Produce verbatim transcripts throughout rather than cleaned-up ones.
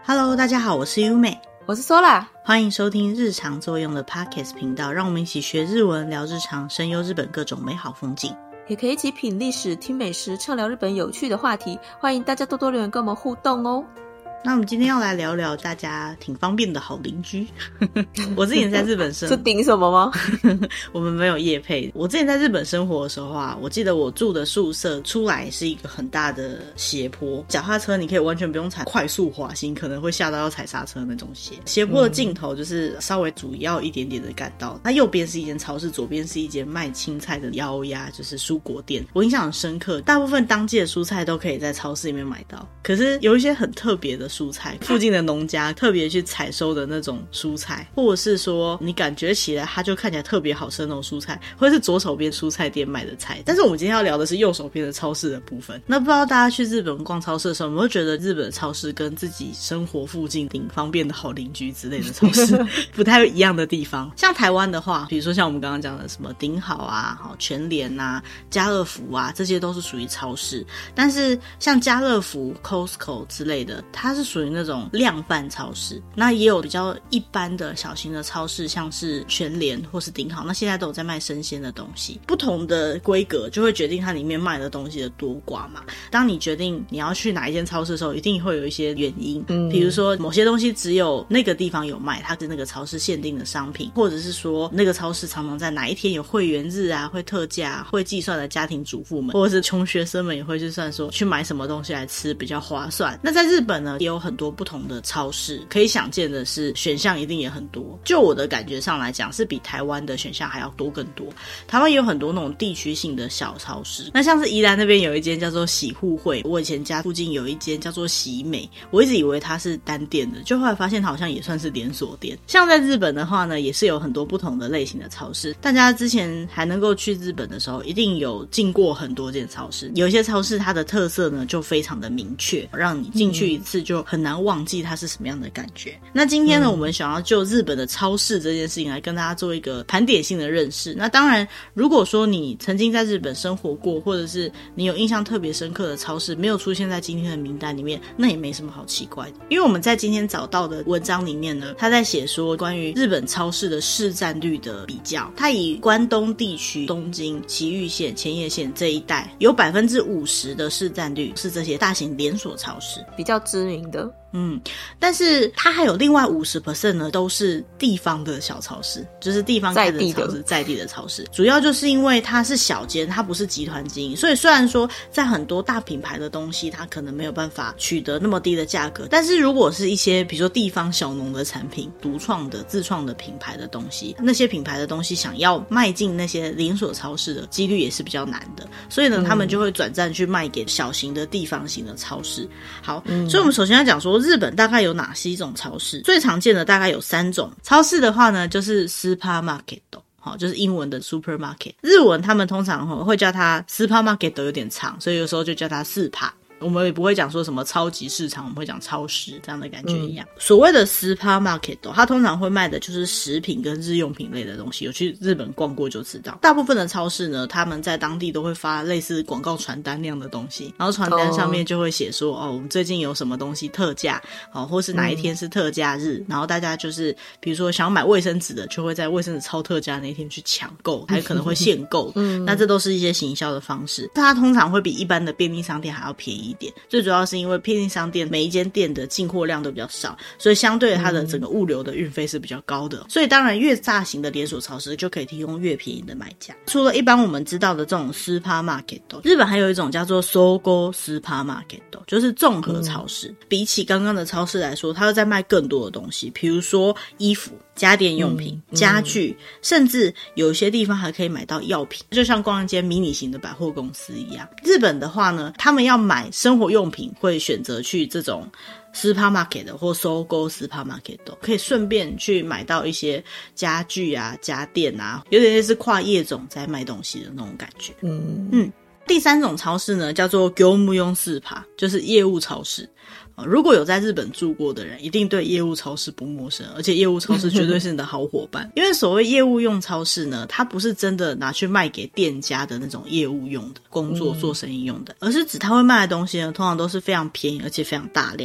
Hello， 大家好，我是优美， 我是 Sola， 欢迎收听日常作用的 Podcast 频道，让我们一起学日文，聊日常，神游日本各种美好风景， 也可以一起品历史、听美食，畅聊日本有趣的话题。欢迎大家多多留言跟我们互动哦。 那我们今天要来聊聊大家挺方便的好邻居。我之前在日本生活， 是顶什么吗？ 我们没有业配。我之前在日本生活的时候啊，我记得我住的宿舍出来是一个很大的斜坡，脚踏车你可以完全不用踩快速滑行，可能会吓到要踩刹车那种斜。斜坡的尽头就是稍微主要一点点的干道，它右边是一间超市，左边是一间卖青菜的幺鸭，就是蔬果店。我印象很深刻，大部分当季的蔬菜都可以在超市里面买到，可是有一些很特别的蔬菜，附近的农家特别去采收的那种蔬菜，或者是说你感觉起来它就看起来特别好吃的那种蔬菜，或者是左手边蔬菜店卖的菜。但是我们今天要聊的是右手边的超市的部分。那不知道大家去日本逛超市的时候，有没有觉得日本的超市跟自己生活附近挺方便的好邻居之类的超市不太一样的地方？像台湾的话，比如说像我们刚刚讲的什么顶好啊、全联啊、家乐福啊，这些都是属于超市。但是像家乐福、Costco 之类的，它是属于那种量贩超市。那也有比较一般的小型的超市，像是全联或是顶好，那现在都有在卖生鲜的东西。不同的规格就会决定它里面卖的东西的多寡嘛。当你决定你要去哪一间超市的时候，一定会有一些原因，嗯，比如说某些东西只有那个地方有卖，它是那个超市限定的商品，或者是说那个超市常常在哪一天有会员日啊，会特价，会计算的家庭主妇们或者是穷学生们也会去算说去买什么东西来吃比较划算。那在日本呢，也有很多不同的超市，可以想见的是选项一定也很多。就我的感觉上来讲，是比台湾的选项还要多更多。台湾也有很多那种地区性的小超市，那像是宜兰那边有一间叫做喜互惠，我以前家附近有一间叫做喜美，我一直以为它是单店的，就后来发现它好像也算是连锁店。像在日本的话呢，也是有很多不同的类型的超市。大家之前还能够去日本的时候，一定有进过很多间超市，有一些超市它的特色呢就非常的明确，让你进去一次就很难忘记它是什么样的感觉。那今天呢、嗯、我们想要就日本的超市这件事情来跟大家做一个盘点性的认识。那当然如果说你曾经在日本生活过，或者是你有印象特别深刻的超市没有出现在今天的名单里面，那也没什么好奇怪的。因为我们在今天找到的文章里面呢，他在写说关于日本超市的市占率的比较，他以关东地区东京、埼玉县、千叶县这一带有 百分之五十 的市占率是这些大型连锁超市， 比较知名的。 嗯，但是它还有另外 百分之五十 呢都是地方的小超市，就是地方开的超市，在地的超市。主要就是因为它是小间，它不是集团经营，所以虽然说在很多大品牌的东西它可能没有办法取得那么低的价格，但是如果是一些比如说地方小农的产品，独创的自创的品牌的东西，那些品牌的东西想要迈进那些连锁超市的几率也是比较难的，所以呢、嗯、他们就会转战去卖给小型的地方型的超市。好、嗯、所以我们首先要讲说日本大概有哪些种超市，最常见的大概有三种。超市的话呢，就是スーパーマーケット，好，就是英文的 supermarket， 日文他们通常会叫它スーパーマーケット有点长，所以有时候就叫它スーパー。我们也不会讲说什么超级市场，我们会讲超市这样的感觉一样、嗯、所谓的スーパーマーケット它通常会卖的就是食品跟日用品类的东西，有去日本逛过就知道。大部分的超市呢，他们在当地都会发类似广告传单那样的东西，然后传单上面就会写说 哦, 哦我们最近有什么东西特价、哦、或是哪一天是特价日、嗯、然后大家就是比如说想要买卫生纸的就会在卫生纸超特价那一天去抢购，还可能会限购、嗯、那这都是一些行销的方式，它通常会比一般的便利商店还要便宜一点，最主要是因为便利商店每一间店的进货量都比较少，所以相对它的整个物流的运费是比较高的、嗯、所以当然越大型的连锁超市就可以提供越便宜的卖价。除了一般我们知道的这种スーパーマーケット，日本还有一种叫做総合スーパーマーケット，就是综合超市、嗯、比起刚刚的超市来说，它又在卖更多的东西，比如说衣服、家电用品、嗯、家具、嗯、甚至有些地方还可以买到药品，就像逛一间迷你型的百货公司一样。日本的话呢，他们要买生活用品会选择去这种スーパーマーケット或総合スーパーマーケット，可以順便去买到一些家具啊、家电啊，有点类似跨业种在卖东西的那种感觉。嗯嗯。第三种超市呢，叫做業務用スーパー，就是业务超市。如果有在日本住过的人，一定对业务超市不陌生，而且业务超市绝对是你的好伙伴。因为所谓业务用超市呢，它不是真的拿去卖给店家的那种业务用的工作做生意用的，而是指它会卖的东西呢，通常都是非常便宜而且非常大量的。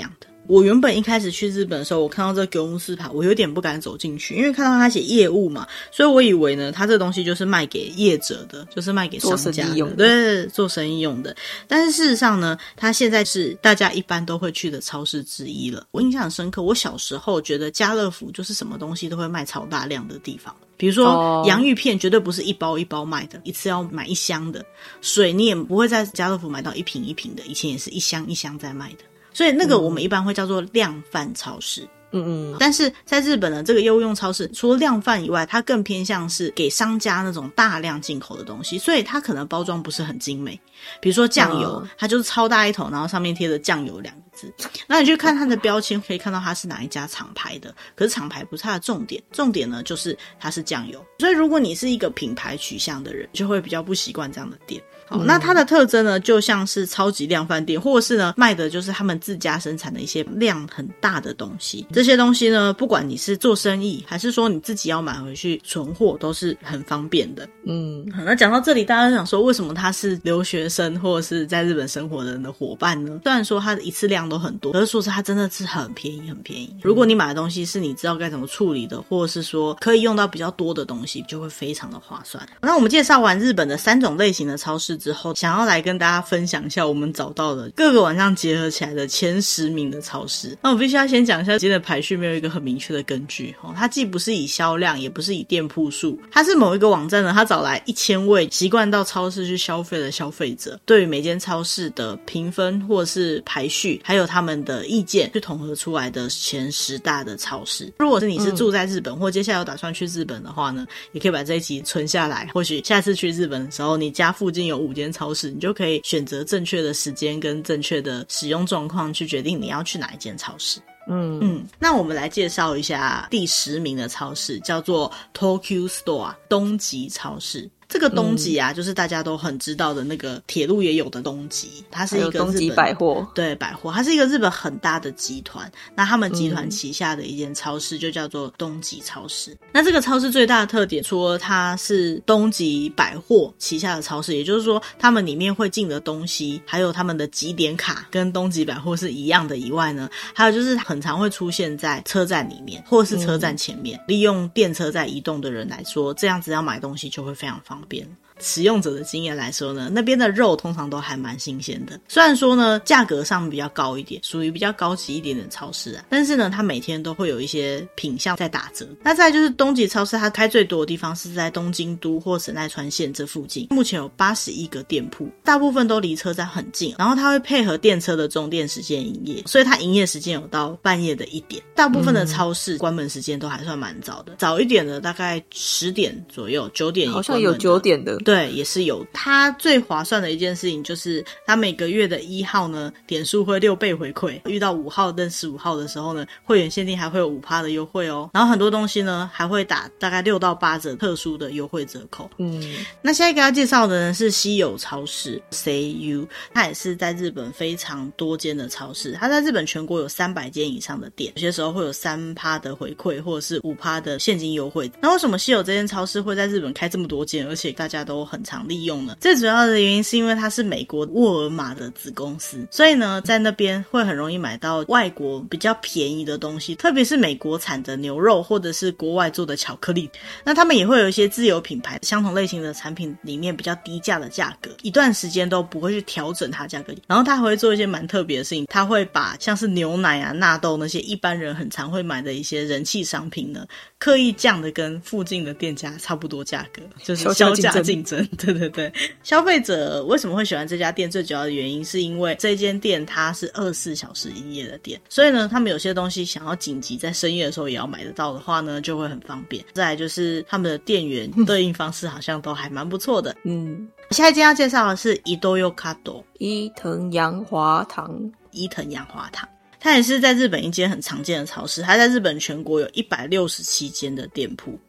我原本一开始去日本的时候，我看到这个狗木寺牌，我有点不敢走进去，因为看到他写业务嘛，所以我以为呢，他这个东西就是卖给业者的，就是卖给商家的，对，做生意用的。但是事实上呢，它现在是大家一般都会去的超市之一了。我印象很深刻，我小时候觉得家乐福就是什么东西都会卖超大量的地方。比如说洋芋片绝对不是一包一包卖的，一次要买一箱的。水你也不会在家乐福买到一瓶一瓶的，以前也是一箱一箱在卖的。所以那个我们一般会叫做量贩超市。嗯嗯，但是在日本呢，这个业务用超市除了量贩以外，它更偏向是给商家那种大量进口的东西，所以它可能包装不是很精美。比如说酱油、嗯、它就是超大一桶，然后上面贴着酱油两个字，那你去看它的标签可以看到它是哪一家厂牌的，可是厂牌不是它的重点，重点呢就是它是酱油。所以如果你是一个品牌取向的人，就会比较不习惯这样的店。好，那它的特征呢，就像是超级量贩店，或者是呢卖的就是他们自家生产的一些量很大的东西。这些东西呢，不管你是做生意，还是说你自己要买回去存货，都是很方便的。嗯，好，那讲到这里，大家就想说，为什么他是留学生或者是在日本生活的人的伙伴呢？虽然说他的一次量都很多，可是说是他真的是很便宜，很便宜。如果你买的东西是你知道该怎么处理的，或者是说可以用到比较多的东西，就会非常的划算。那我们介绍完日本的三种类型的超市之后，想要来跟大家分享一下我们找到的各个晚上结合起来的前十名的超市。那我必须要先讲一下，今天的排序没有一个很明确的根据、哦、它既不是以销量，也不是以店铺数，它是某一个网站呢，它找来一千位习惯到超市去消费的消费者，对于每间超市的评分或者是排序，还有他们的意见，去统合出来的前十大的超市。如果是你是住在日本、嗯、或接下来有打算去日本的话呢，也可以把这一集存下来，或许下次去日本的时候，你家附近有五间超市，你就可以选择正确的时间跟正确的使用状况去决定你要去哪一间超市。嗯嗯，那我们来介绍一下第十名的超市，叫做 Tokyo Store 东极超市。这个东极啊、嗯、就是大家都很知道的那个铁路也有的东极，它是一个日本东极百货， 对，百货，它是一个日本很大的集团。那他们集团旗下的一间超市就叫做东极超市、嗯、那这个超市最大的特点，除了它是东极百货旗下的超市，也就是说他们里面会进的东西还有他们的集点卡跟东极百货是一样的以外呢，还有就是很常会出现在车站里面或者是车站前面、嗯、利用电车在移动的人来说，这样子要买东西就会非常方便。使用者的经验来说呢，那边的肉通常都还蛮新鲜的，虽然说呢价格上比较高一点，属于比较高级一点的超市啊，但是呢它每天都会有一些品项在打折。那再来就是东极超市，它开最多的地方是在东京都或神奈川县这附近，目前有八十一个店铺，大部分都离车站很近，然后它会配合电车的终电时间营业，所以它营业时间有到半夜的一点。大部分的超市关门时间都还算蛮早的，早一点的大概十点左右，九点好像有九点的， 对，也是有。它最划算的一件事情就是它每个月的一号呢点数会六倍回馈，遇到五号跟十五号的时候呢，会员限定还会有 百分之五 的优惠哦。然后很多东西呢还会打大概六到八折特殊的优惠折扣。嗯，那下一个要介绍的呢是西友超市 Say You， 它也是在日本非常多间的超市，它在日本全国有三百间以上的店，有些时候会有 百分之三 的回馈或者是 百分之五 的现金优惠。那为什么西友这间超市会在日本开这么多间，而且大家都很常利用呢？最主要的原因是因为它是美国沃尔玛的子公司，所以呢在那边会很容易买到外国比较便宜的东西，特别是美国产的牛肉或者是国外做的巧克力。那他们也会有一些自有品牌相同类型的产品里面比较低价的价格，一段时间都不会去调整它价格。然后他还会做一些蛮特别的事情，他会把像是牛奶啊纳豆那些一般人很常会买的一些人气商品呢，刻意降的跟附近的店家差不多价格，就是销价竞争。对对对，消费者为什么会喜欢这家店，最主要的原因是因为这间店它是二十四小时营业的店，所以呢他们有些东西想要紧急在深夜的时候也要买得到的话呢，就会很方便。再来就是他们的店员对应方式好像都还蛮不错的。嗯，下一间要介绍的是伊多优卡多伊藤洋华堂伊藤洋华堂，它也是在日本一间很常见的超市，它在日本全国有一百六十七间的店铺。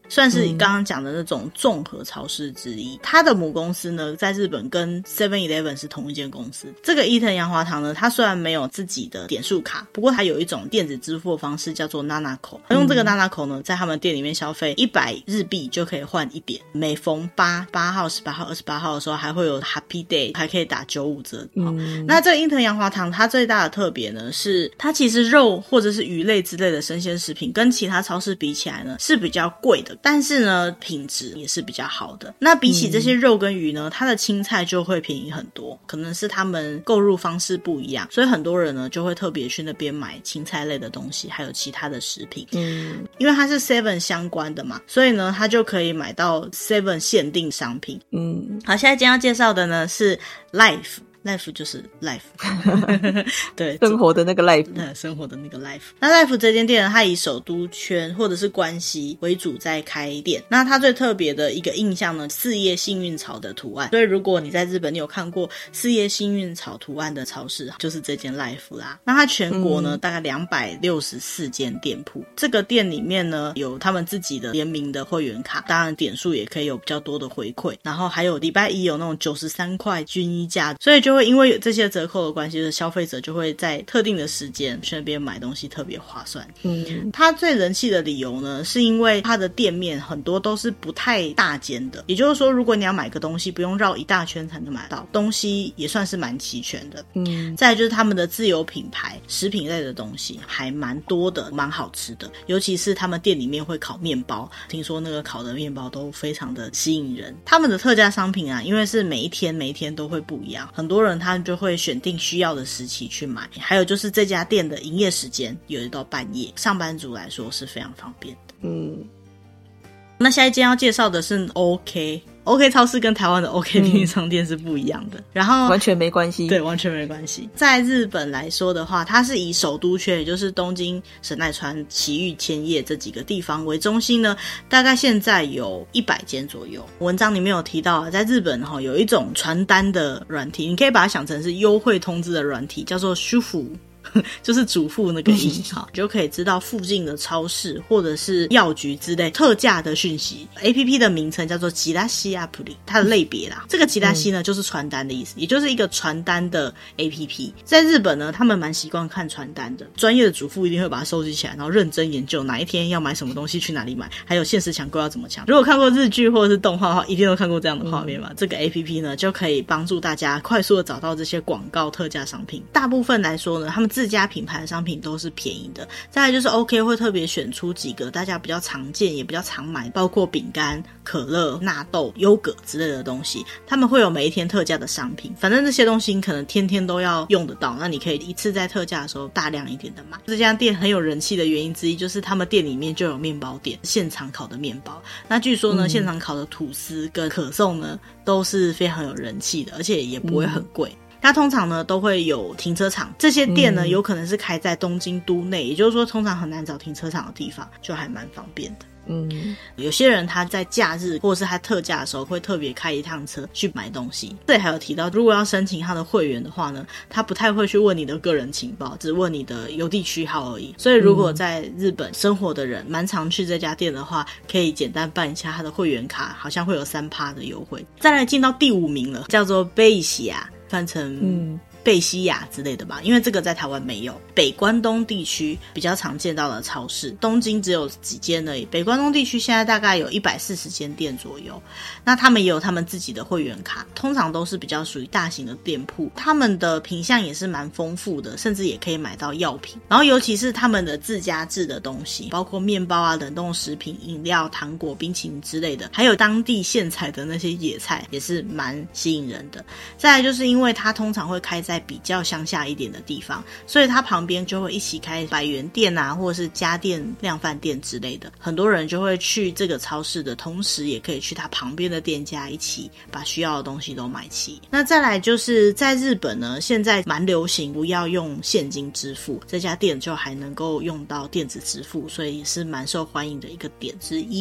算是刚刚讲的那种综合超市之一。它的母公司呢，在日本跟 seven eleven 是同一间公司。这个伊藤洋华堂呢，它虽然没有自己的点数卡，不过它有一种电子支付的方式叫做 Nanako。用这个 Nanako 呢，在他们店里面消费一百日币就可以换一点。每逢八八号、十八号、二十八号的时候，还会有 Happy Day， 还可以打九五折。嗯，那这个伊藤洋华堂它最大的特别呢，是它其实肉或者是鱼类之类的生鲜食品跟其他超市比起来呢是比较贵的，但是呢品质也是比较好的。那比起这些肉跟鱼呢，它的青菜就会便宜很多，可能是他们购入方式不一样，所以很多人呢就会特别去那边买青菜类的东西，还有其他的食品。嗯，因为它是 seven 相关的嘛，所以呢它就可以买到 seven 限定商品。嗯，好，现在今天要介绍的呢是 Life。Life 就是 Life 对， 生活的那个 Life， 对，生活的那个 Life。 那 Life 这间店呢，它以首都圈或者是关西为主在开店。那它最特别的一个印象呢，四叶幸运草的图案。所以如果你在日本你有看过四叶幸运草图案的超市，就是这间 Life 啦。那它全国呢、嗯、大概两百六十四间店铺，这个店里面呢有他们自己的联名的会员卡，当然点数也可以有比较多的回馈，然后还有礼拜一有那种九十三块均一价，所以就会因为有这些折扣的关系，就是消费者就会在特定的时间去那边买东西特别划算。嗯，它最人气的理由呢，是因为它的店面很多都是不太大间的，也就是说如果你要买个东西不用绕一大圈才能买到，东西也算是蛮齐全的。嗯，再来就是他们的自有品牌食品类的东西还蛮多的，蛮好吃的，尤其是他们店里面会烤面包，听说那个烤的面包都非常的吸引人。他们的特价商品啊，因为是每一天每一天都会不一样，很多人他就会选定需要的时期去买。还有就是这家店的营业时间有一到半夜，上班族来说是非常方便的。嗯，那下一间要介绍的是 OK OK 超市跟台湾的 OK 便利商店是不一样的、嗯、然后完全没关系。 对，完全没关系。在日本来说的话，它是以首都圈，也就是东京、神奈川、埼玉、千叶这几个地方为中心呢，大概现在有一百间左右。文章里面有提到啊，在日本、哦、有一种传单的软体，你可以把它想成是优惠通知的软体，叫做舒服就是主妇那个音好，就可以知道附近的超市或者是药局之类特价的讯息。 A P P 的名称叫做吉拉西 App， 它的类别啦，这个吉拉西呢、嗯、就是传单的意思，也就是一个传单的 A P P。 在日本呢，他们蛮习惯看传单的，专业的主妇一定会把它收集起来，然后认真研究哪一天要买什么东西，去哪里买，还有限时抢购要怎么抢。如果看过日剧或者是动画的话，一定都看过这样的画面嘛、嗯、这个 A P P 呢就可以帮助大家快速的找到这些广告特价商品。大部分来说呢，他们自家品牌的商品都是便宜的。再来就是 OK 会特别选出几个大家比较常见也比较常买，包括饼干、可乐、纳豆、优格之类的东西，他们会有每一天特价的商品。反正这些东西你可能天天都要用得到，那你可以一次在特价的时候大量一点的买。这家店很有人气的原因之一就是他们店里面就有面包店，现场烤的面包。那据说呢、嗯、现场烤的吐司跟可颂呢都是非常有人气的，而且也不会很贵、嗯，它通常呢都会有停车场，这些店呢、嗯、有可能是开在东京都内，也就是说通常很难找停车场的地方，就还蛮方便的。嗯，有些人他在假日或者是他特价的时候会特别开一趟车去买东西。这里还有提到，如果要申请他的会员的话呢，他不太会去问你的个人情报，只问你的邮递区号而已。所以如果在日本生活的人蛮常去这家店的话，可以简单办一下他的会员卡，好像会有 百分之三 的优惠。再来进到第五名了，叫做贝西亚，翻成嗯贝西亚之类的吧，因为这个在台湾没有。北关东地区比较常见到的超市，东京只有几间而已，北关东地区现在大概有一百四十间店左右。那他们也有他们自己的会员卡，通常都是比较属于大型的店铺，他们的品项也是蛮丰富的，甚至也可以买到药品。然后尤其是他们的自家制的东西，包括面包啊、冷冻食品、饮料、糖果、冰淇淋之类的，还有当地现采的那些野菜，也是蛮吸引人的。再来就是因为它通常会开在比较乡下一点的地方，所以它旁边就会一起开百元店啊，或者是家电量贩店之类的，很多人就会去这个超市的同时也可以去它旁边的店家一起把需要的东西都买齐。那再来就是在日本呢，现在蛮流行不要用现金支付，这家店就还能够用到电子支付，所以是蛮受欢迎的一个点之一。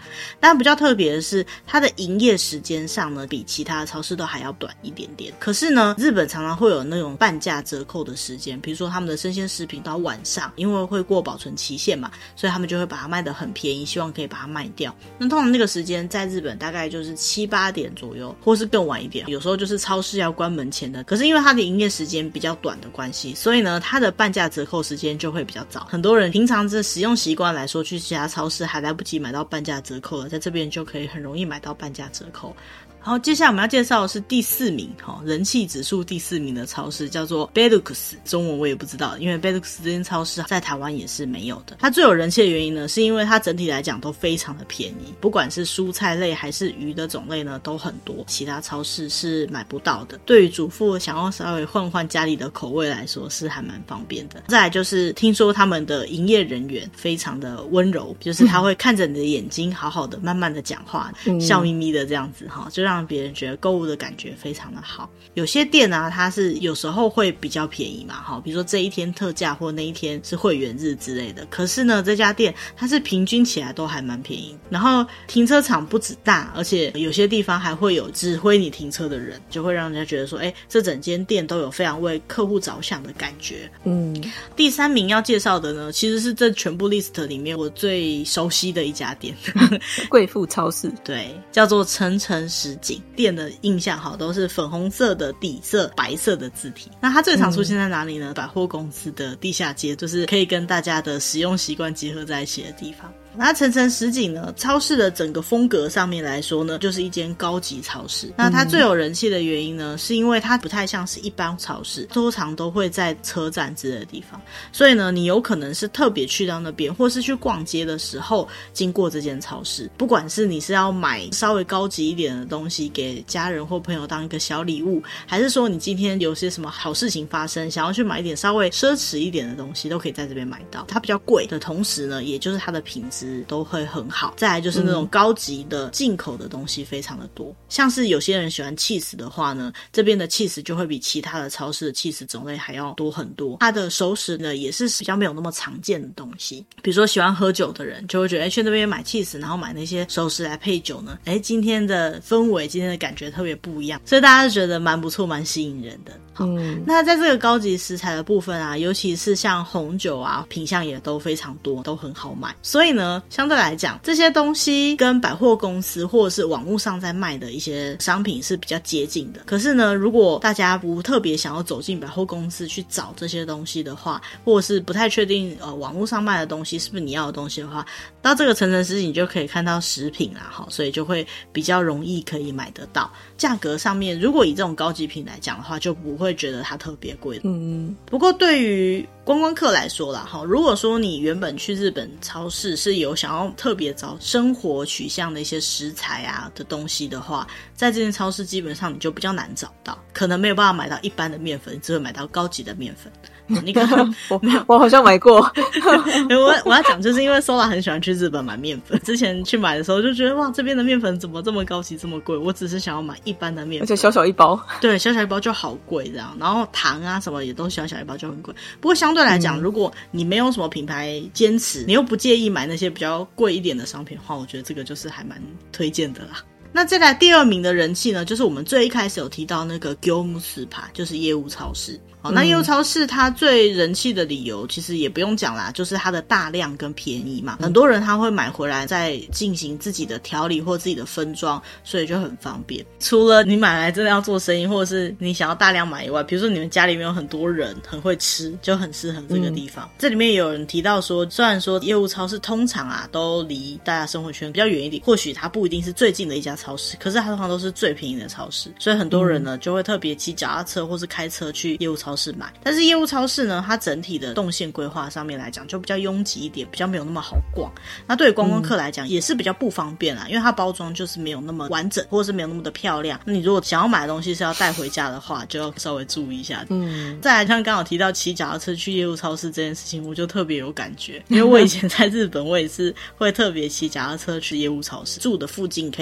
但比较特别的是它的营业时间上呢比其他的超市都还要短一点点。可是呢日本常常会有那种半价折扣的时间，比如说他们的生鲜食品到晚上，因为会过保存期限嘛，所以他们就会把它卖得很便宜，希望可以把它卖掉。那通常那个时间在日本大概就是七八点左右，或是更晚一点，有时候就是超市要关门前的。可是因为它的营业时间比较短的关系，所以呢它的半价折扣时间就会比较早。很多人平常这使用习惯来说，去其他超市还来不及买到半价折扣了，在这边就可以很容易买到半价折扣。好，接下来我们要介绍的是第四名、哦、人气指数第四名的超市，叫做 Belux， 中文我也不知道，因为 Belux 这间超市在台湾也是没有的。它最有人气的原因呢，是因为它整体来讲都非常的便宜，不管是蔬菜类还是鱼的种类呢都很多，其他超市是买不到的。对于主妇想要稍微换换家里的口味来说是还蛮方便的。再来就是听说他们的营业人员非常的温柔，就是他会看着你的眼睛好好的慢慢的讲话、嗯、笑眯眯的这样子，就让让别人觉得购物的感觉非常的好。有些店啊它是有时候会比较便宜嘛，比如说这一天特价或那一天是会员日之类的，可是呢这家店它是平均起来都还蛮便宜，然后停车场不止大，而且有些地方还会有指挥你停车的人，就会让人家觉得说哎，这整间店都有非常为客户着想的感觉。嗯，第三名要介绍的呢其实是这全部 list 里面我最熟悉的一家店贵妇超市， 对，叫做诚诚实景。店的印象好都是粉红色的底色，白色的字体。那它最常出现在哪里呢、嗯、百货公司的地下街，就是可以跟大家的使用习惯结合在一起的地方。那诚诚实景呢，超市的整个风格上面来说呢，就是一间高级超市。那它最有人气的原因呢、嗯、是因为它不太像是一般超市，通常都会在车站之类的地方，所以呢你有可能是特别去到那边，或是去逛街的时候经过这间超市，不管是你是要买稍微高级一点的东西给家人或朋友当一个小礼物，还是说你今天有些什么好事情发生，想要去买一点稍微奢侈一点的东西，都可以在这边买到。它比较贵的同时呢，也就是它的品质都会很好。再来就是那种高级的进口的东西非常的多、嗯、像是有些人喜欢 cheese 的话呢，这边的 cheese 就会比其他的超市的 cheese 种类还要多很多。它的熟食呢也是比较没有那么常见的东西，比如说喜欢喝酒的人就会觉得去那边买 cheese 然后买那些熟食来配酒呢，诶今天的氛围今天的感觉特别不一样，所以大家就觉得蛮不错蛮吸引人的。好、嗯，那在这个高级食材的部分啊，尤其是像红酒啊，品项也都非常多，都很好买。所以呢，相对来讲，这些东西跟百货公司或者是网络上在卖的一些商品是比较接近的。可是呢，如果大家不特别想要走进百货公司去找这些东西的话，或者是不太确定呃网络上卖的东西是不是你要的东西的话，到这个诚诚实景就可以看到食品啦，好，所以就会比较容易可以买得到。价格上面，如果以这种高级品来讲的话，就不会觉得它特别贵。嗯，不过对于观光客来说啦，如果说你原本去日本超市是有想要特别找生活取向的一些食材啊的东西的话，在这间超市基本上你就比较难找到，可能没有办法买到一般的面粉，只会买到高级的面粉。你可能我我好像买过我我要讲就是因为 Sola 很喜欢去日本买面粉，之前去买的时候就觉得哇这边的面粉怎么这么高级这么贵，我只是想要买一般的面粉， 而且小小一包， 对，小小一包就好贵这样，然后糖啊什么也都小小一包就很贵。不过相对来讲、嗯、如果你没有什么品牌坚持，你又不介意买那些比较贵一点的商品的话，我觉得这个就是还蛮推荐的啦。那再来第二名的人气呢，就是我们最一开始有提到那个 Gyomu Super， 就是业务超市。好，那业务超市它最人气的理由其实也不用讲啦，就是它的大量跟便宜嘛，很多人他会买回来再进行自己的调理或自己的分装，所以就很方便。除了你买来真的要做生意，或者是你想要大量买以外，比如说你们家里面有很多人很会吃，就很适合这个地方、嗯、这里面也有人提到说，虽然说业务超市通常啊都离大家生活圈比较远一点，或许它不一定是最近的一家超市，可是它通常都是最便宜的超市，所以很多人呢、嗯、就会特别骑脚踏车或是开车去业务超市买。但是业务超市呢，它整体的动线规划上面来讲就比较拥挤一点，比较没有那么好逛。那对于观光客来讲、嗯、也是比较不方便啦，因为它包装就是没有那么完整，或者是没有那么的漂亮。那你如果想要买的东西是要带回家的话，就要稍微注意一下。嗯，再来像刚好提到骑脚踏车去业务超市这件事情，我就特别有感觉，因为我以前在日本我也是会特别骑脚踏车去业务超市，住的附近可以抵达范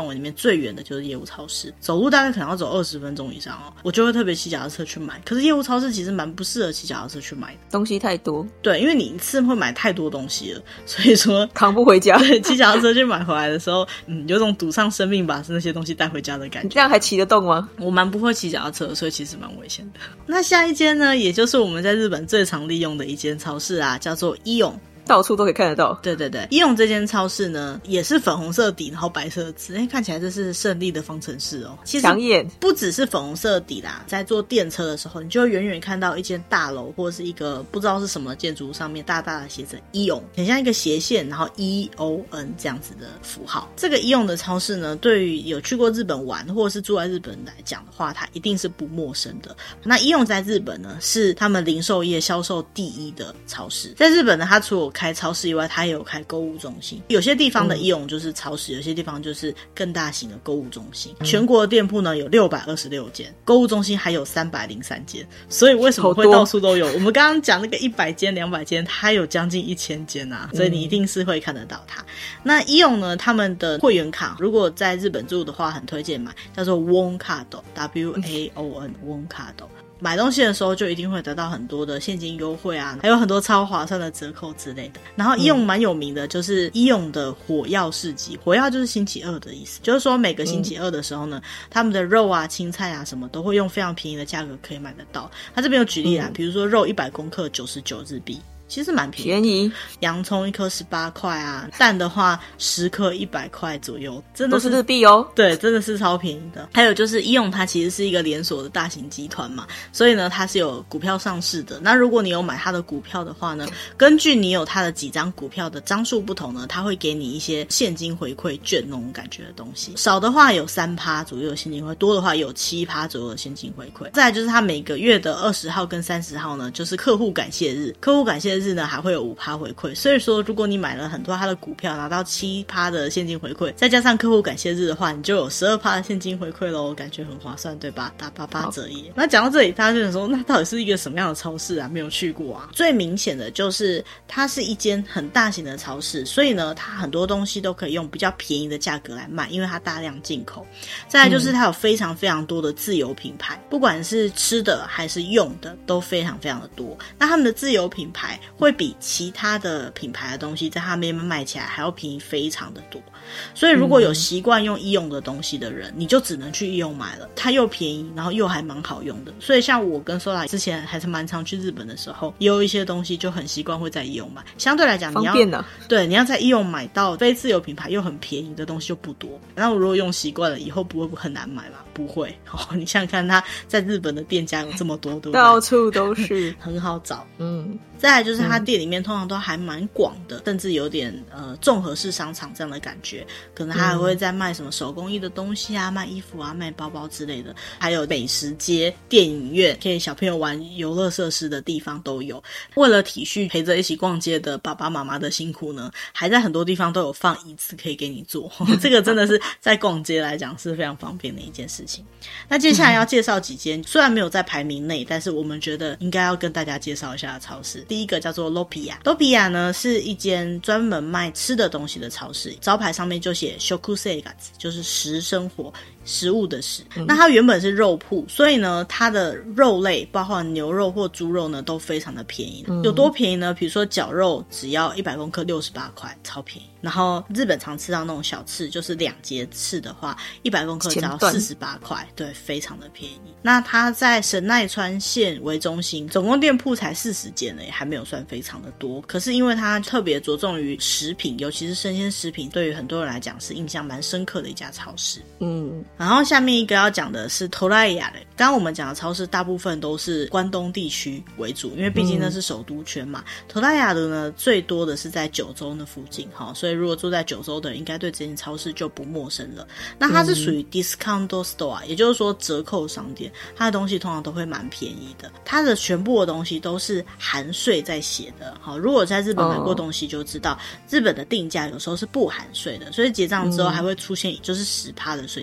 范围里面最远的就是业务超市，走路大概可能要走二十分钟以上哦，我就会特别骑脚踏车去买。可是业务超市其实蛮不适合骑脚踏车去买的， 东西太多。 对，因为你一次会买太多东西了，所以说扛不回家。 对，骑脚踏车去买回来的时候，嗯，有种赌上生命把那些东西带回家的感觉。 你这样还骑得动吗？ 我蛮不会骑脚踏车，所以其实蛮危险的。那下一间呢，也就是我们在日本最常利用的一间超市啊，叫做イオン。 到处都可以看得到。 对对对，イオン这间超市呢，也是粉红色底，然后白色字，哎，看起来这是胜利的方程式哦。其实抢眼， 不只是粉红色底啦，在坐电车的时候，你就会远远看到一间大楼或者是一个不知道是什么建筑上面大大的写着イオン，很像一个斜线，然后 E O N 这样子的符号。这个イオン的超市呢，对于有去过日本玩或者是住在日本来讲的话，它一定是不陌生的。那イオン在日本呢，是他们零售业销售第一的超市。在日本呢，它除了开超市以外，它也有开购物中心。有些地方的イオン就是超市，有些地方就是更大型的购物中心。全国的店铺呢有六百二十六间，购物中心还有三百零三间。所以为什么会到处都有？我们刚刚讲那个一百间、两百间，它有将近一千间啊，所以你一定是会看得到它。那イオン呢，他们的会员卡，如果在日本住的话，很推荐买，叫做 WON 卡斗 W A O N WON 卡斗。买东西的时候就一定会得到很多的现金优惠啊，还有很多超划算的折扣之类的。然后イオン蛮有名的就是イオン的火药市集，火药就是星期二的意思，就是说每个星期二的时候呢，嗯、他们的肉啊、青菜啊什么都会用非常便宜的价格可以买得到。他这边有举例啊，嗯、比如说肉一百公克九十九日币。其实蛮便宜， 便宜。 洋葱一颗十八块啊，蛋的话十颗一百块左右，真的是都是日币哦。 对，真的是超便宜的。还有就是イオン它其实是一个连锁的大型集团嘛，所以呢它是有股票上市的。那如果你有买它的股票的话呢，根据你有它的几张股票的张数不同呢，它会给你一些现金回馈券那种感觉的东西。少的话有 百分之三 左右的现金回馈，多的话有 百分之七 左右的现金回馈。再来就是它每个月的二十号跟三十号呢，就是客户感谢日，客户感谢日呢还会有 百分之五 回馈。所以说如果你买了很多它的股票，拿到 百分之七 的现金回馈，再加上客户感谢日的话，你就有 百分之十二 的现金回馈咯，感觉很划算对吧？打八八折耶。那讲到这里大家就想说，那到底是一个什么样的超市啊？没有去过啊。最明显的就是它是一间很大型的超市，所以呢它很多东西都可以用比较便宜的价格来卖，因为它大量进口。再来就是它有非常非常多的自有品牌，不管是吃的还是用的都非常非常的多。那他们的自有品牌会比其他的品牌的东西在他们那边卖起来还要便宜非常的多。所以如果有习惯用イオン的东西的人，你就只能去イオン买了，它又便宜然后又还蛮好用的。所以像我跟Sola之前还是蛮常去日本的时候，也有一些东西就很习惯会在イオン买。相对来讲你要方便啊， 对，你要在イオン买到非自有品牌又很便宜的东西就不多。那我如果用习惯了，以后不会很难买吧？不会。哦，你想想看，它在日本的店家有这么多，对不对？ 到处都是很好找。 嗯， 再来就是它店里面通常都还蛮广的，甚至有点呃综合式商场这样的感觉。可能它还会在卖什么手工艺的东西啊，卖衣服啊，卖包包之类的。还有美食街、电影院，可以小朋友玩游乐设施的地方都有。为了体恤陪着一起逛街的爸爸妈妈的辛苦呢，还在很多地方都有放椅子可以给你坐。这个真的是在逛街来讲是非常方便的一件事情。那接下来要介绍几间虽然没有在排名内，但是我们觉得应该要跟大家介绍一下的超市。第一个叫做 Lopia。Lopia 呢是一间专门卖吃的东西的超市，招牌上面就写 Shokuseigatsu， 就是食生活，食物的食。那它原本是肉铺，所以呢它的肉类包括牛肉或猪肉呢都非常的便宜。有多便宜呢？比如说绞肉只要一百公克六十八块，超便宜。然后日本常吃到那种小翅，就是两节翅的话，一百公克只要四十八块，对，非常的便宜。那它在神奈川县为中心，总共店铺才四十间而已，还没有算非常的多。可是因为它特别着重于食品，尤其是生鲜食品，对于很多人来讲是印象蛮深刻的一家超市。嗯，然后下面一个要讲的是トライアル。刚刚我们讲的超市大部分都是关东地区为主，因为毕竟那是首都圈嘛。トライアル呢最多的是在九州那附近，所以如果住在九州的人应该对这间超市就不陌生了。那它是属于 discount store， 也就是说折扣商店，它的东西通常都会蛮便宜的。它的全部的东西都是含税在写的。好，如果在日本买过东西就知道，日本的定价有时候是不含税的，所以结账之后还会出现就是 百分之十 的税金。 会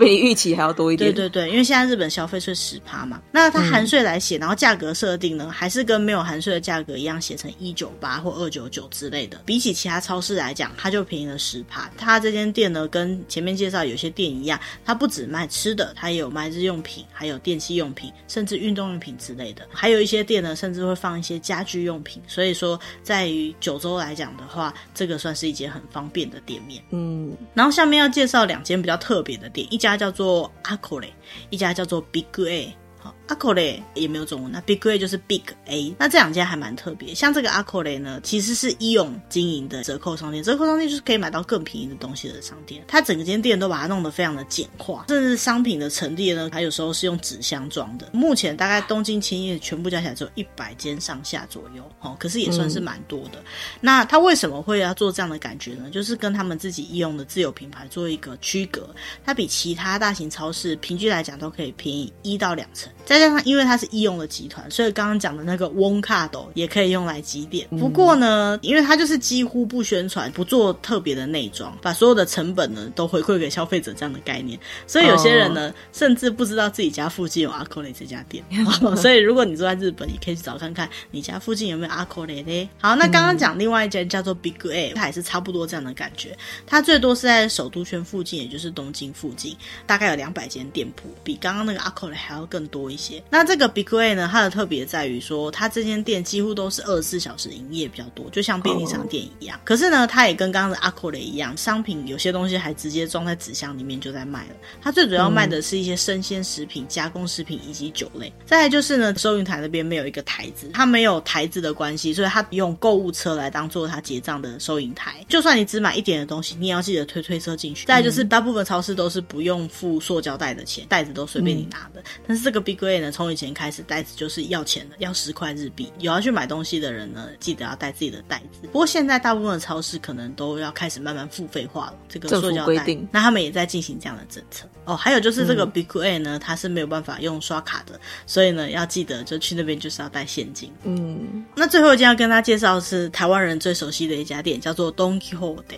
比你预期还要多一点。 对对对，因为现在日本消费税 百分之十 嘛，那它含税来写、嗯、然后价格设定呢还是跟没有含税的价格一样，写成一百九十八或二百九十九之类的，比起其他超市来讲它就便宜了 百分之十。 它这间店呢跟前面介绍有些店一样，它不只卖吃的，它也有卖日用品，还有电器用品，甚至运动用品之类的，还有一些店呢甚至会放一些家居用品，所以说在于九州来讲的话，这个算是一间很方便的店面。嗯，然后下面要介绍两间比较特别的店，一家叫做 Acole， 一家叫做 Big A。好 Acole 也没有中文，那 Big A 就是 Big A， 那这两家还蛮特别。像这个 Acole 呢其实是医用经营的折扣商店，折扣商店就是可以买到更便宜的东西的商店，它整个间店都把它弄得非常的简化，甚至商品的陈列呢它有时候是用纸箱装的。目前大概东京千叶全部加起来只有一百间上下左右、哦、可是也算是蛮多的、嗯、那它为什么会要做这样的感觉呢？就是跟他们自己医用的自有品牌做一个区隔，它比其他大型超市平均来讲都可以便宜一到两成，再加上因为它是医用的集团，所以刚刚讲的那个 One Card 也可以用来积点。不过呢因为它就是几乎不宣传，不做特别的内装，把所有的成本呢都回馈给消费者这样的概念，所以有些人呢、哦、甚至不知道自己家附近有 Acole 这家店、哦、所以如果你住在日本，你可以去找看看你家附近有没有 Acole 呢。好，那刚刚讲另外一家叫做 Big A， 它也是差不多这样的感觉，它最多是在首都圈附近，也就是东京附近，大概有两百间店铺，比刚刚那个 Acole 还要更多一些。那这个 Big A 呢，它的特别在于说它这间店几乎都是二十四小时营业比较多，就像便利商店一样、oh. 可是呢它也跟刚刚的 Acole 一样，商品有些东西还直接装在纸箱里面就在卖了，它最主要卖的是一些生鲜食品、加工食品以及酒类。再来就是呢收银台那边没有一个台子，它没有台子的关系，所以它用购物车来当做它结账的收银台，就算你只买一点的东西你也要记得推推车进去。再来就是大部分超市都是不用付塑胶袋的钱，袋子都随便你拿的、嗯、但是这个 Big A 呢从以前开始袋子就是要钱的，要十块日币，有要去买东西的人呢记得要带自己的袋子。不过现在大部分的超市可能都要开始慢慢付费化了这个塑胶袋，那他们也在进行这样的政策哦。还有就是这个 Big A 呢、嗯、它是没有办法用刷卡的，所以呢要记得就去那边就是要带现金。嗯，那最后一件要跟大家介绍的是台湾人最熟悉的一家店，叫做 Don Quijote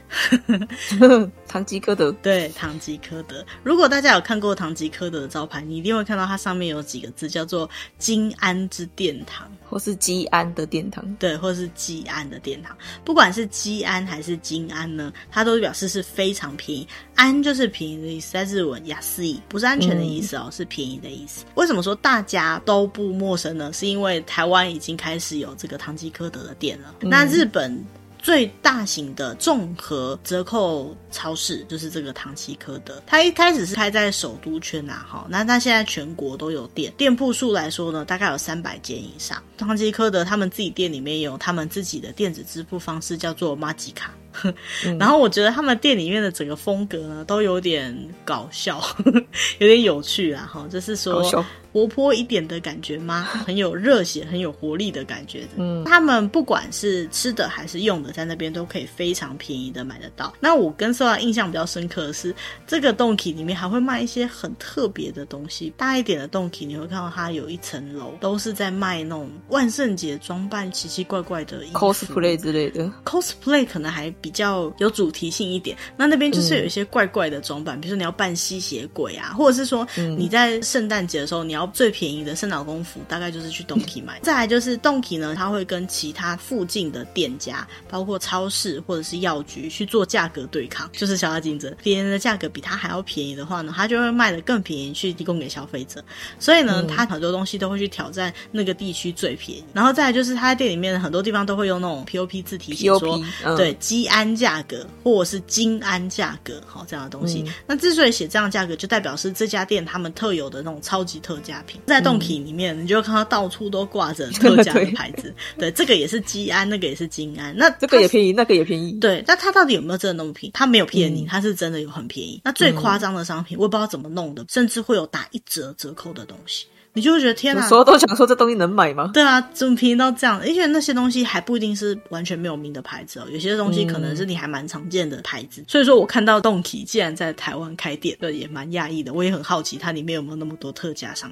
唐吉诃德。 对，唐吉诃德。如果大家有看过唐吉诃德的招牌，你一定会看到它上面有几个字叫做金安之殿堂， 或是基安的殿堂。 对，或是基安的殿堂。不管是基安还是金安呢，它都表示是非常便宜。安就是便宜的意思，在日文安い不是安全的意思哦、嗯、是便宜的意思。为什么说大家都不陌生呢？是因为台湾已经开始有这个唐吉诃德的店了、嗯、那日本最大型的综合折扣超市就是这个唐吉诃德，它一开始是开在首都圈啊，齁，那它现在全国都有店，店铺数来说呢大概有三百间以上。唐吉诃德他们自己店里面有他们自己的电子支付方式叫做马吉卡嗯、然后我觉得他们店里面的整个风格呢都有点搞笑有点有趣啦齁，就是说活泼一点的感觉吗？很有热血很有活力的感觉的。嗯，他们不管是吃的还是用的在那边都可以非常便宜的买得到。那我跟受到印象比较深刻的是这个Donki里面还会卖一些很特别的东西，大一点的Donki你会看到它有一层楼都是在卖那种万圣节装扮奇奇怪怪的衣服 cosplay 之类的。 cosplay 可能还比较有主题性一点，那那边就是有一些怪怪的装扮、嗯、比如说你要扮吸血鬼啊，或者是说你在圣诞节的时候你要最便宜的圣诞公服，大概就是去Donki买再来就是 Donki 呢它会跟其他附近的店家包括超市或者是药局去做价格对抗，就是小价竞争，别人的价格比它还要便宜的话呢，它就会卖得更便宜去提供给消费者。所以呢它很多东西都会去挑战那个地区最便宜。然后再来就是它在店里面很多地方都会用那种 P O P 字体写说 P O P、嗯、对基安价格或者是金安价格好这样的东西、嗯、那之所以写这样的价格就代表是这家店他们特有的那种超级特价品。在Donki里面、嗯、你就会看到到处都挂着特价的牌子对, 对，这个也是基安那个也是金安，那这个也便宜那个也便宜。 对，那它到底有没有真的那么便宜？它没有骗你、嗯、它是真的有很便宜。那最夸张的商品、嗯、我也不知道怎么弄的，甚至会有打一折折扣的东西，你就会觉得天啊， 有时候都想说这东西能买吗？ 对啊，怎么便宜到这样？而且那些东西还不一定是完全没有名的牌子哦，有些东西可能是你还蛮常见的牌子、嗯、所以说我看到Donki竟然在台湾开店，对，也蛮讶异的。我也很好奇它里面有没有那么多特价商品。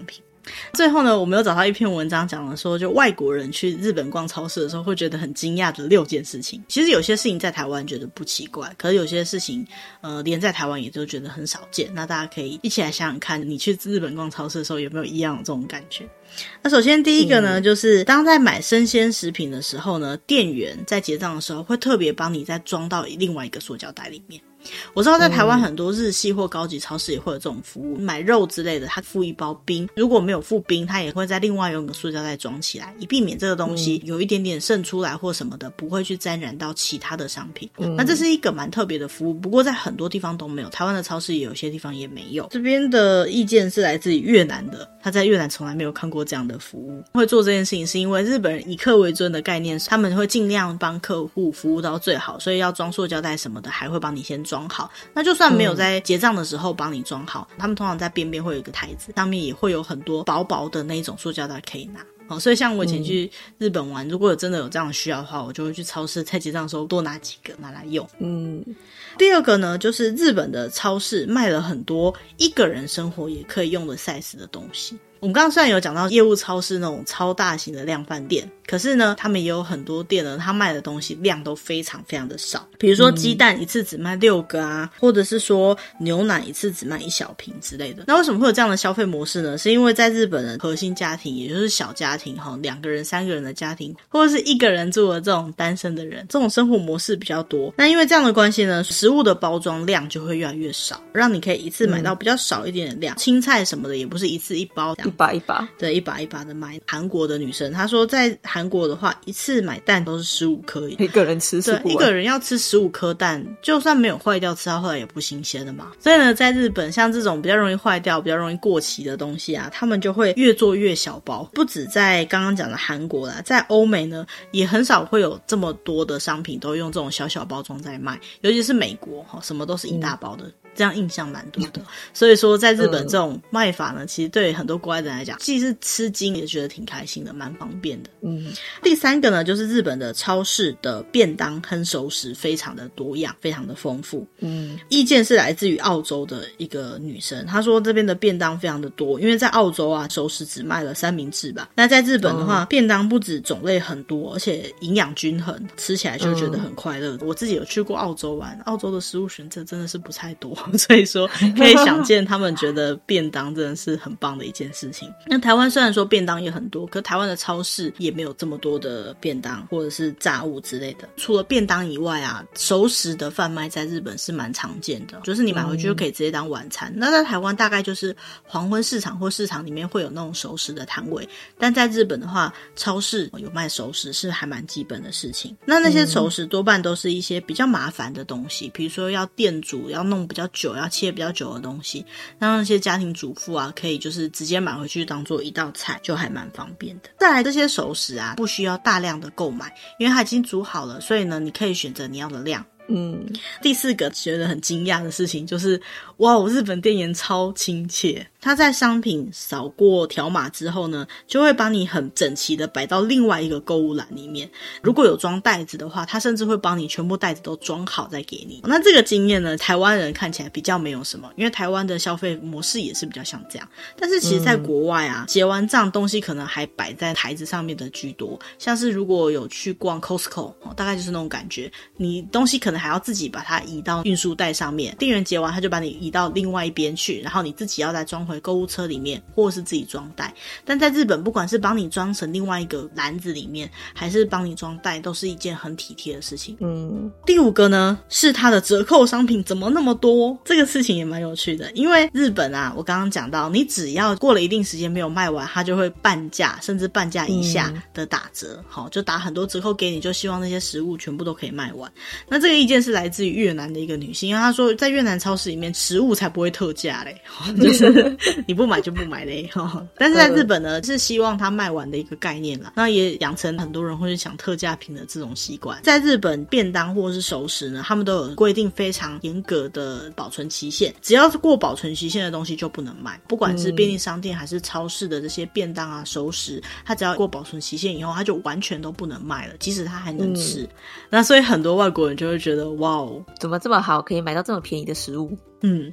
最后呢，我们有找到一篇文章讲了说，就外国人去日本逛超市的时候会觉得很惊讶的六件事情。其实有些事情在台湾觉得不奇怪，可是有些事情呃，连在台湾也就觉得很少见。那大家可以一起来想想看，你去日本逛超市的时候有没有一样的这种感觉。那首先第一个呢、嗯、就是当在买生鲜食品的时候呢，店员在结账的时候会特别帮你再装到另外一个塑胶袋里面。我知道在台湾很多日系或高级超市也会有这种服务，买肉之类的他附一包冰，如果没有附冰他也会在另外用个塑胶袋装起来，以避免这个东西有一点点渗出来或什么的不会去沾染到其他的商品、嗯、那这是一个蛮特别的服务，不过在很多地方都没有，台湾的超市也有些地方也没有。这边的意见是来自于越南的，他在越南从来没有看过这样的服务。会做这件事情是因为日本人以客为尊的概念，他们会尽量帮客户服务到最好，所以要装塑胶袋什么的还会帮你先装好，那就算没有在结账的时候帮你装好、嗯、他们通常在边边会有一个台子，上面也会有很多薄薄的那种塑胶袋可以拿。哦，所以像我以前去日本玩、嗯、如果有真的有这样的需要的话，我就会去超市在结账的时候多拿几个拿来用。嗯，第二个呢，就是日本的超市卖了很多一个人生活也可以用的 size 的东西。我们刚刚虽然有讲到业务超市那种超大型的量贩店，可是呢他们也有很多店呢，他卖的东西量都非常非常的少，比如说鸡蛋一次只卖六个啊、嗯、或者是说牛奶一次只卖一小瓶之类的。那为什么会有这样的消费模式呢？是因为在日本的核心家庭，也就是小家庭两个人三个人的家庭，或者是一个人住的这种单身的人，这种生活模式比较多。那因为这样的关系呢，食物的包装量就会越来越少，让你可以一次买到比较少一点的量、嗯、青菜什么的也不是一次一包这样， 一把一把， 对，一把一把的买。韩国的女生她说在韩国的话，一次买蛋都是十五颗， 一个人吃是不对，一个人要吃十五颗蛋，就算没有坏掉，吃到后来也不新鲜了嘛。所以呢，在日本像这种比较容易坏掉比较容易过期的东西啊，他们就会越做越小包。不止在刚刚讲的韩国啦，在欧美呢也很少会有这么多的商品都用这种小小包装在卖，尤其是美国什么都是一大包的、嗯这样印象蛮多的。所以说在日本这种卖法呢、嗯、其实对很多国外人来讲既是吃惊也觉得挺开心的，蛮方便的。嗯，第三个呢就是日本的超市的便当和熟食非常的多样，非常的丰富。嗯，意见是来自于澳洲的一个女生，她说这边的便当非常的多，因为在澳洲啊熟食只卖了三明治吧，那在日本的话、嗯、便当不止种类很多，而且营养均衡，吃起来就觉得很快乐、嗯、我自己有去过澳洲玩，澳洲的食物选择真的是不太多，所以说可以想见他们觉得便当真的是很棒的一件事情。那台湾虽然说便当也很多，可台湾的超市也没有这么多的便当或者是炸物之类的。除了便当以外啊，熟食的贩卖在日本是蛮常见的，就是你买回去就可以直接当晚餐、嗯、那在台湾大概就是黄昏市场或市场里面会有那种熟食的摊位，但在日本的话超市有卖熟食是还蛮基本的事情。那那些熟食多半都是一些比较麻烦的东西，比如说要店主要弄比较久要切比较久的东西，让那些家庭主妇啊可以就是直接买回去当做一道菜，就还蛮方便的。再来这些熟食啊不需要大量的购买，因为它已经煮好了，所以呢你可以选择你要的量。嗯，第四个觉得很惊讶的事情就是哇，日本店员超亲切，他在商品扫过条码之后呢，就会帮你很整齐的摆到另外一个购物篮里面。如果有装袋子的话，他甚至会帮你全部袋子都装好再给你。那这个经验呢，台湾人看起来比较没有什么，因为台湾的消费模式也是比较像这样。但是其实在国外啊、嗯、结完账东西可能还摆在台子上面的居多，像是如果有去逛 Costco、哦、大概就是那种感觉，你东西可能还要自己把它移到运输带上面，店员结完他就把你移到另外一边去，然后你自己要再装回购物车里面，或者是自己装袋。但在日本不管是帮你装成另外一个篮子里面，还是帮你装袋，都是一件很体贴的事情。嗯，第五个呢是它的折扣商品怎么那么多，这个事情也蛮有趣的。因为日本啊我刚刚讲到，你只要过了一定时间没有卖完，它就会半价甚至半价以下的打折、嗯、好，就打很多折扣给你，就希望那些食物全部都可以卖完。那这个意见是来自于越南的一个女性，因为她说在越南超市里面食物才不会特价嘞，就是你不买就不买嘞。但是在日本呢是希望它卖完的一个概念啦，那也养成很多人会去抢特价品的这种习惯。在日本便当或是熟食呢，他们都有规定非常严格的保存期限，只要是过保存期限的东西就不能卖，不管是便利商店还是超市的这些便当啊熟食，它只要过保存期限以后它就完全都不能卖了，即使它还能吃、嗯、那所以很多外国人就会觉得哇哦， 怎么这么好可以买到这么便宜的食物。 嗯，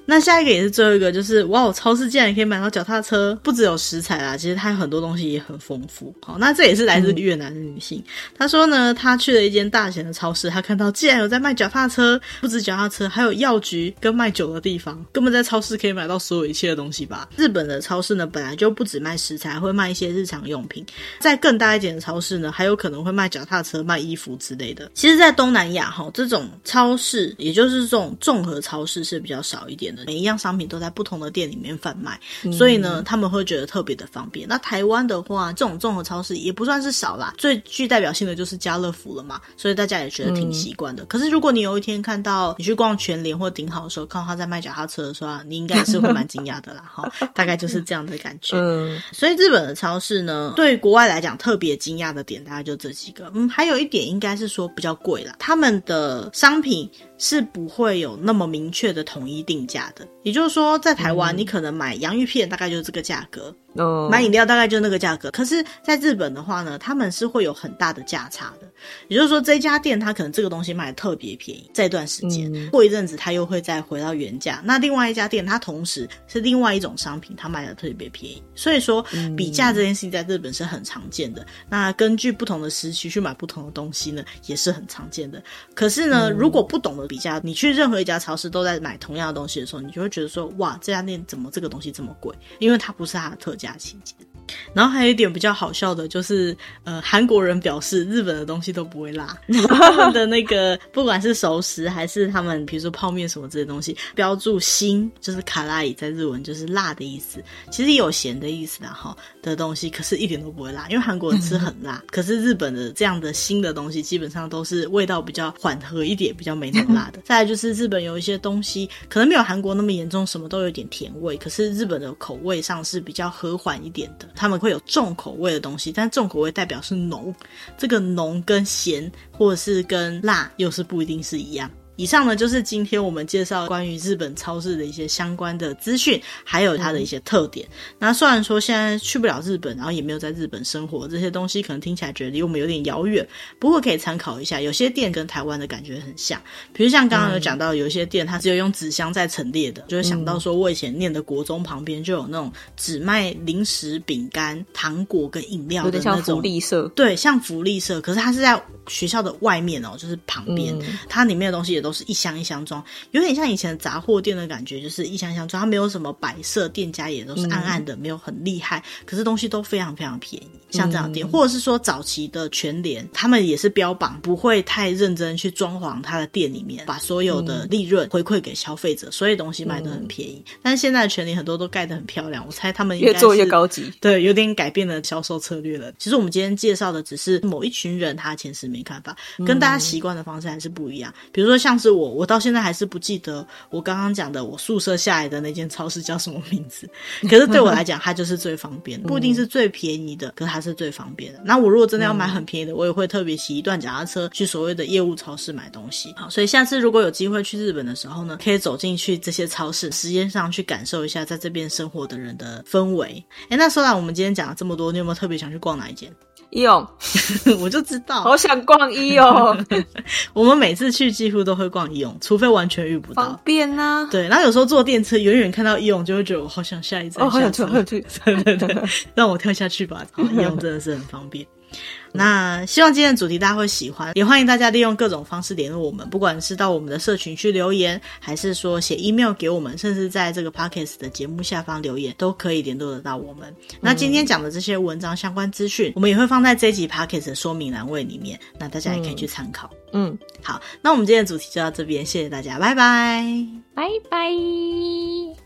那下一个也是最后一个，就是哇，超市竟然可以买到脚踏车，不只有食材啦，其实它有很多东西也很丰富。好，那这也是来自越南的女性，她说呢，她去了一间大型的超市，她看到竟然有在卖脚踏车，不止脚踏车，还有药局跟卖酒的地方，根本在超市可以买到所有一切的东西吧。日本的超市呢，本来就不只卖食材，会卖一些日常用品，在更大一点的超市呢，还有可能会卖脚踏车、卖衣服之类的。其实在东南亚这种超市，也就是这种综合超市是比较少一点的，每一样商品都在不同的店里面贩卖，嗯、所以呢他们会觉得特别的方便。那台湾的话，这种综合超市也不算是少啦，最具代表性的就是家乐福了嘛，所以大家也觉得挺习惯的、嗯、可是如果你有一天看到你去逛全联或顶好的时候，看到他在卖脚踏车的时候，你应该是会蛮惊讶的啦大概就是这样的感觉、嗯、所以日本的超市呢，对国外来讲特别惊讶的点大概就这几个。嗯，还有一点应该是说比较贵啦，他们的商品是不会有那么明确的统一定价的，也就是说在台湾、嗯、你可能买洋芋片大概就是这个价格、哦、买饮料大概就那个价格，可是在日本的话呢，他们是会有很大的价差的，也就是说这家店它可能这个东西卖得特别便宜这段时间、嗯、过一阵子它又会再回到原价，那另外一家店它同时是另外一种商品，它卖得特别便宜，所以说比价这件事情在日本是很常见的、嗯、那根据不同的时期去买不同的东西呢也是很常见的。可是呢、嗯、如果不懂得比价，你去任何一家超市都在买同样的东西的时候，你就会觉得说哇，这家店怎么这个东西这么贵，因为它不是它的特价期间。然后还有一点比较好笑的就是呃，韩国人表示日本的东西都不会辣他们的那个不管是熟食还是他们比如说泡面什么这些东西标注辛，就是卡拉伊，在日文就是辣的意思，其实也有咸的意思啦齁的东西，可是一点都不会辣，因为韩国人吃很辣可是日本的这样的辛的东西基本上都是味道比较缓和一点，比较没那么辣的再来就是日本有一些东西可能没有韩国那么严重，什么都有点甜味，可是日本的口味上是比较和缓一点的，他们会有重口味的东西，但重口味代表是浓，这个浓跟咸或者是跟辣又是不一定是一样。以上呢就是今天我们介绍关于日本超市的一些相关的资讯，还有它的一些特点、嗯、那虽然说现在去不了日本，然后也没有在日本生活，这些东西可能听起来觉得离我们有点遥远，不过可以参考一下，有些店跟台湾的感觉很像，比如像刚刚有讲到有一些店它只有用纸箱在陈列的、嗯、就会想到说我以前念的国中旁边就有那种只卖零食饼干糖果跟饮料的那种，有点像福利社，对，像福利社，可是它是在学校的外面哦，就是旁边、嗯、它里面的东西也都是一箱一箱装，有点像以前的杂货店的感觉，就是一箱一箱装，它没有什么摆设，店家也都是暗暗的、嗯、没有很厉害，可是东西都非常非常便宜，像这样的店、嗯、或者是说早期的全联，他们也是标榜不会太认真去装潢他的店里面，把所有的利润回馈给消费者，所以东西卖得很便宜、嗯、但是现在的全联很多都盖得很漂亮，我猜他们应该是越做越高级， 对，有点改变了销售策略了。其实我们今天介绍的只是某一群人他前十名看法，跟大家习惯的方式还是不一样、嗯、比如说像是我我到现在还是不记得我刚刚讲的我宿舍下来的那间超市叫什么名字，可是对我来讲它就是最方便的，不一定是最便宜的，可是它是最方便的。那我如果真的要买很便宜的，我也会特别骑一段脚踏车去所谓的业务超市买东西。好，所以下次如果有机会去日本的时候呢，可以走进去这些超市，实际上去感受一下在这边生活的人的氛围。诶，那说来我们今天讲了这么多，你有没有特别想去逛哪一间？ 伊勇我就知道好想逛伊勇我们每次去几乎都会逛伊勇，除非完全遇不到， 方便啊。 对，然后有时候坐电车远远看到伊勇就会觉得我好想下一站， 哦，好想去好想去对对对让我跳下去吧，伊勇真的是很方便那希望今天的主题大家会喜欢，也欢迎大家利用各种方式联络我们，不管是到我们的社群去留言，还是说写 email 给我们，甚至在这个 podcast 的节目下方留言，都可以联络得到我们、嗯、那今天讲的这些文章相关资讯我们也会放在这一集 podcast 的说明栏位里面，那大家也可以去参考。嗯，好，那我们今天的主题就到这边，谢谢大家，拜拜， 拜拜。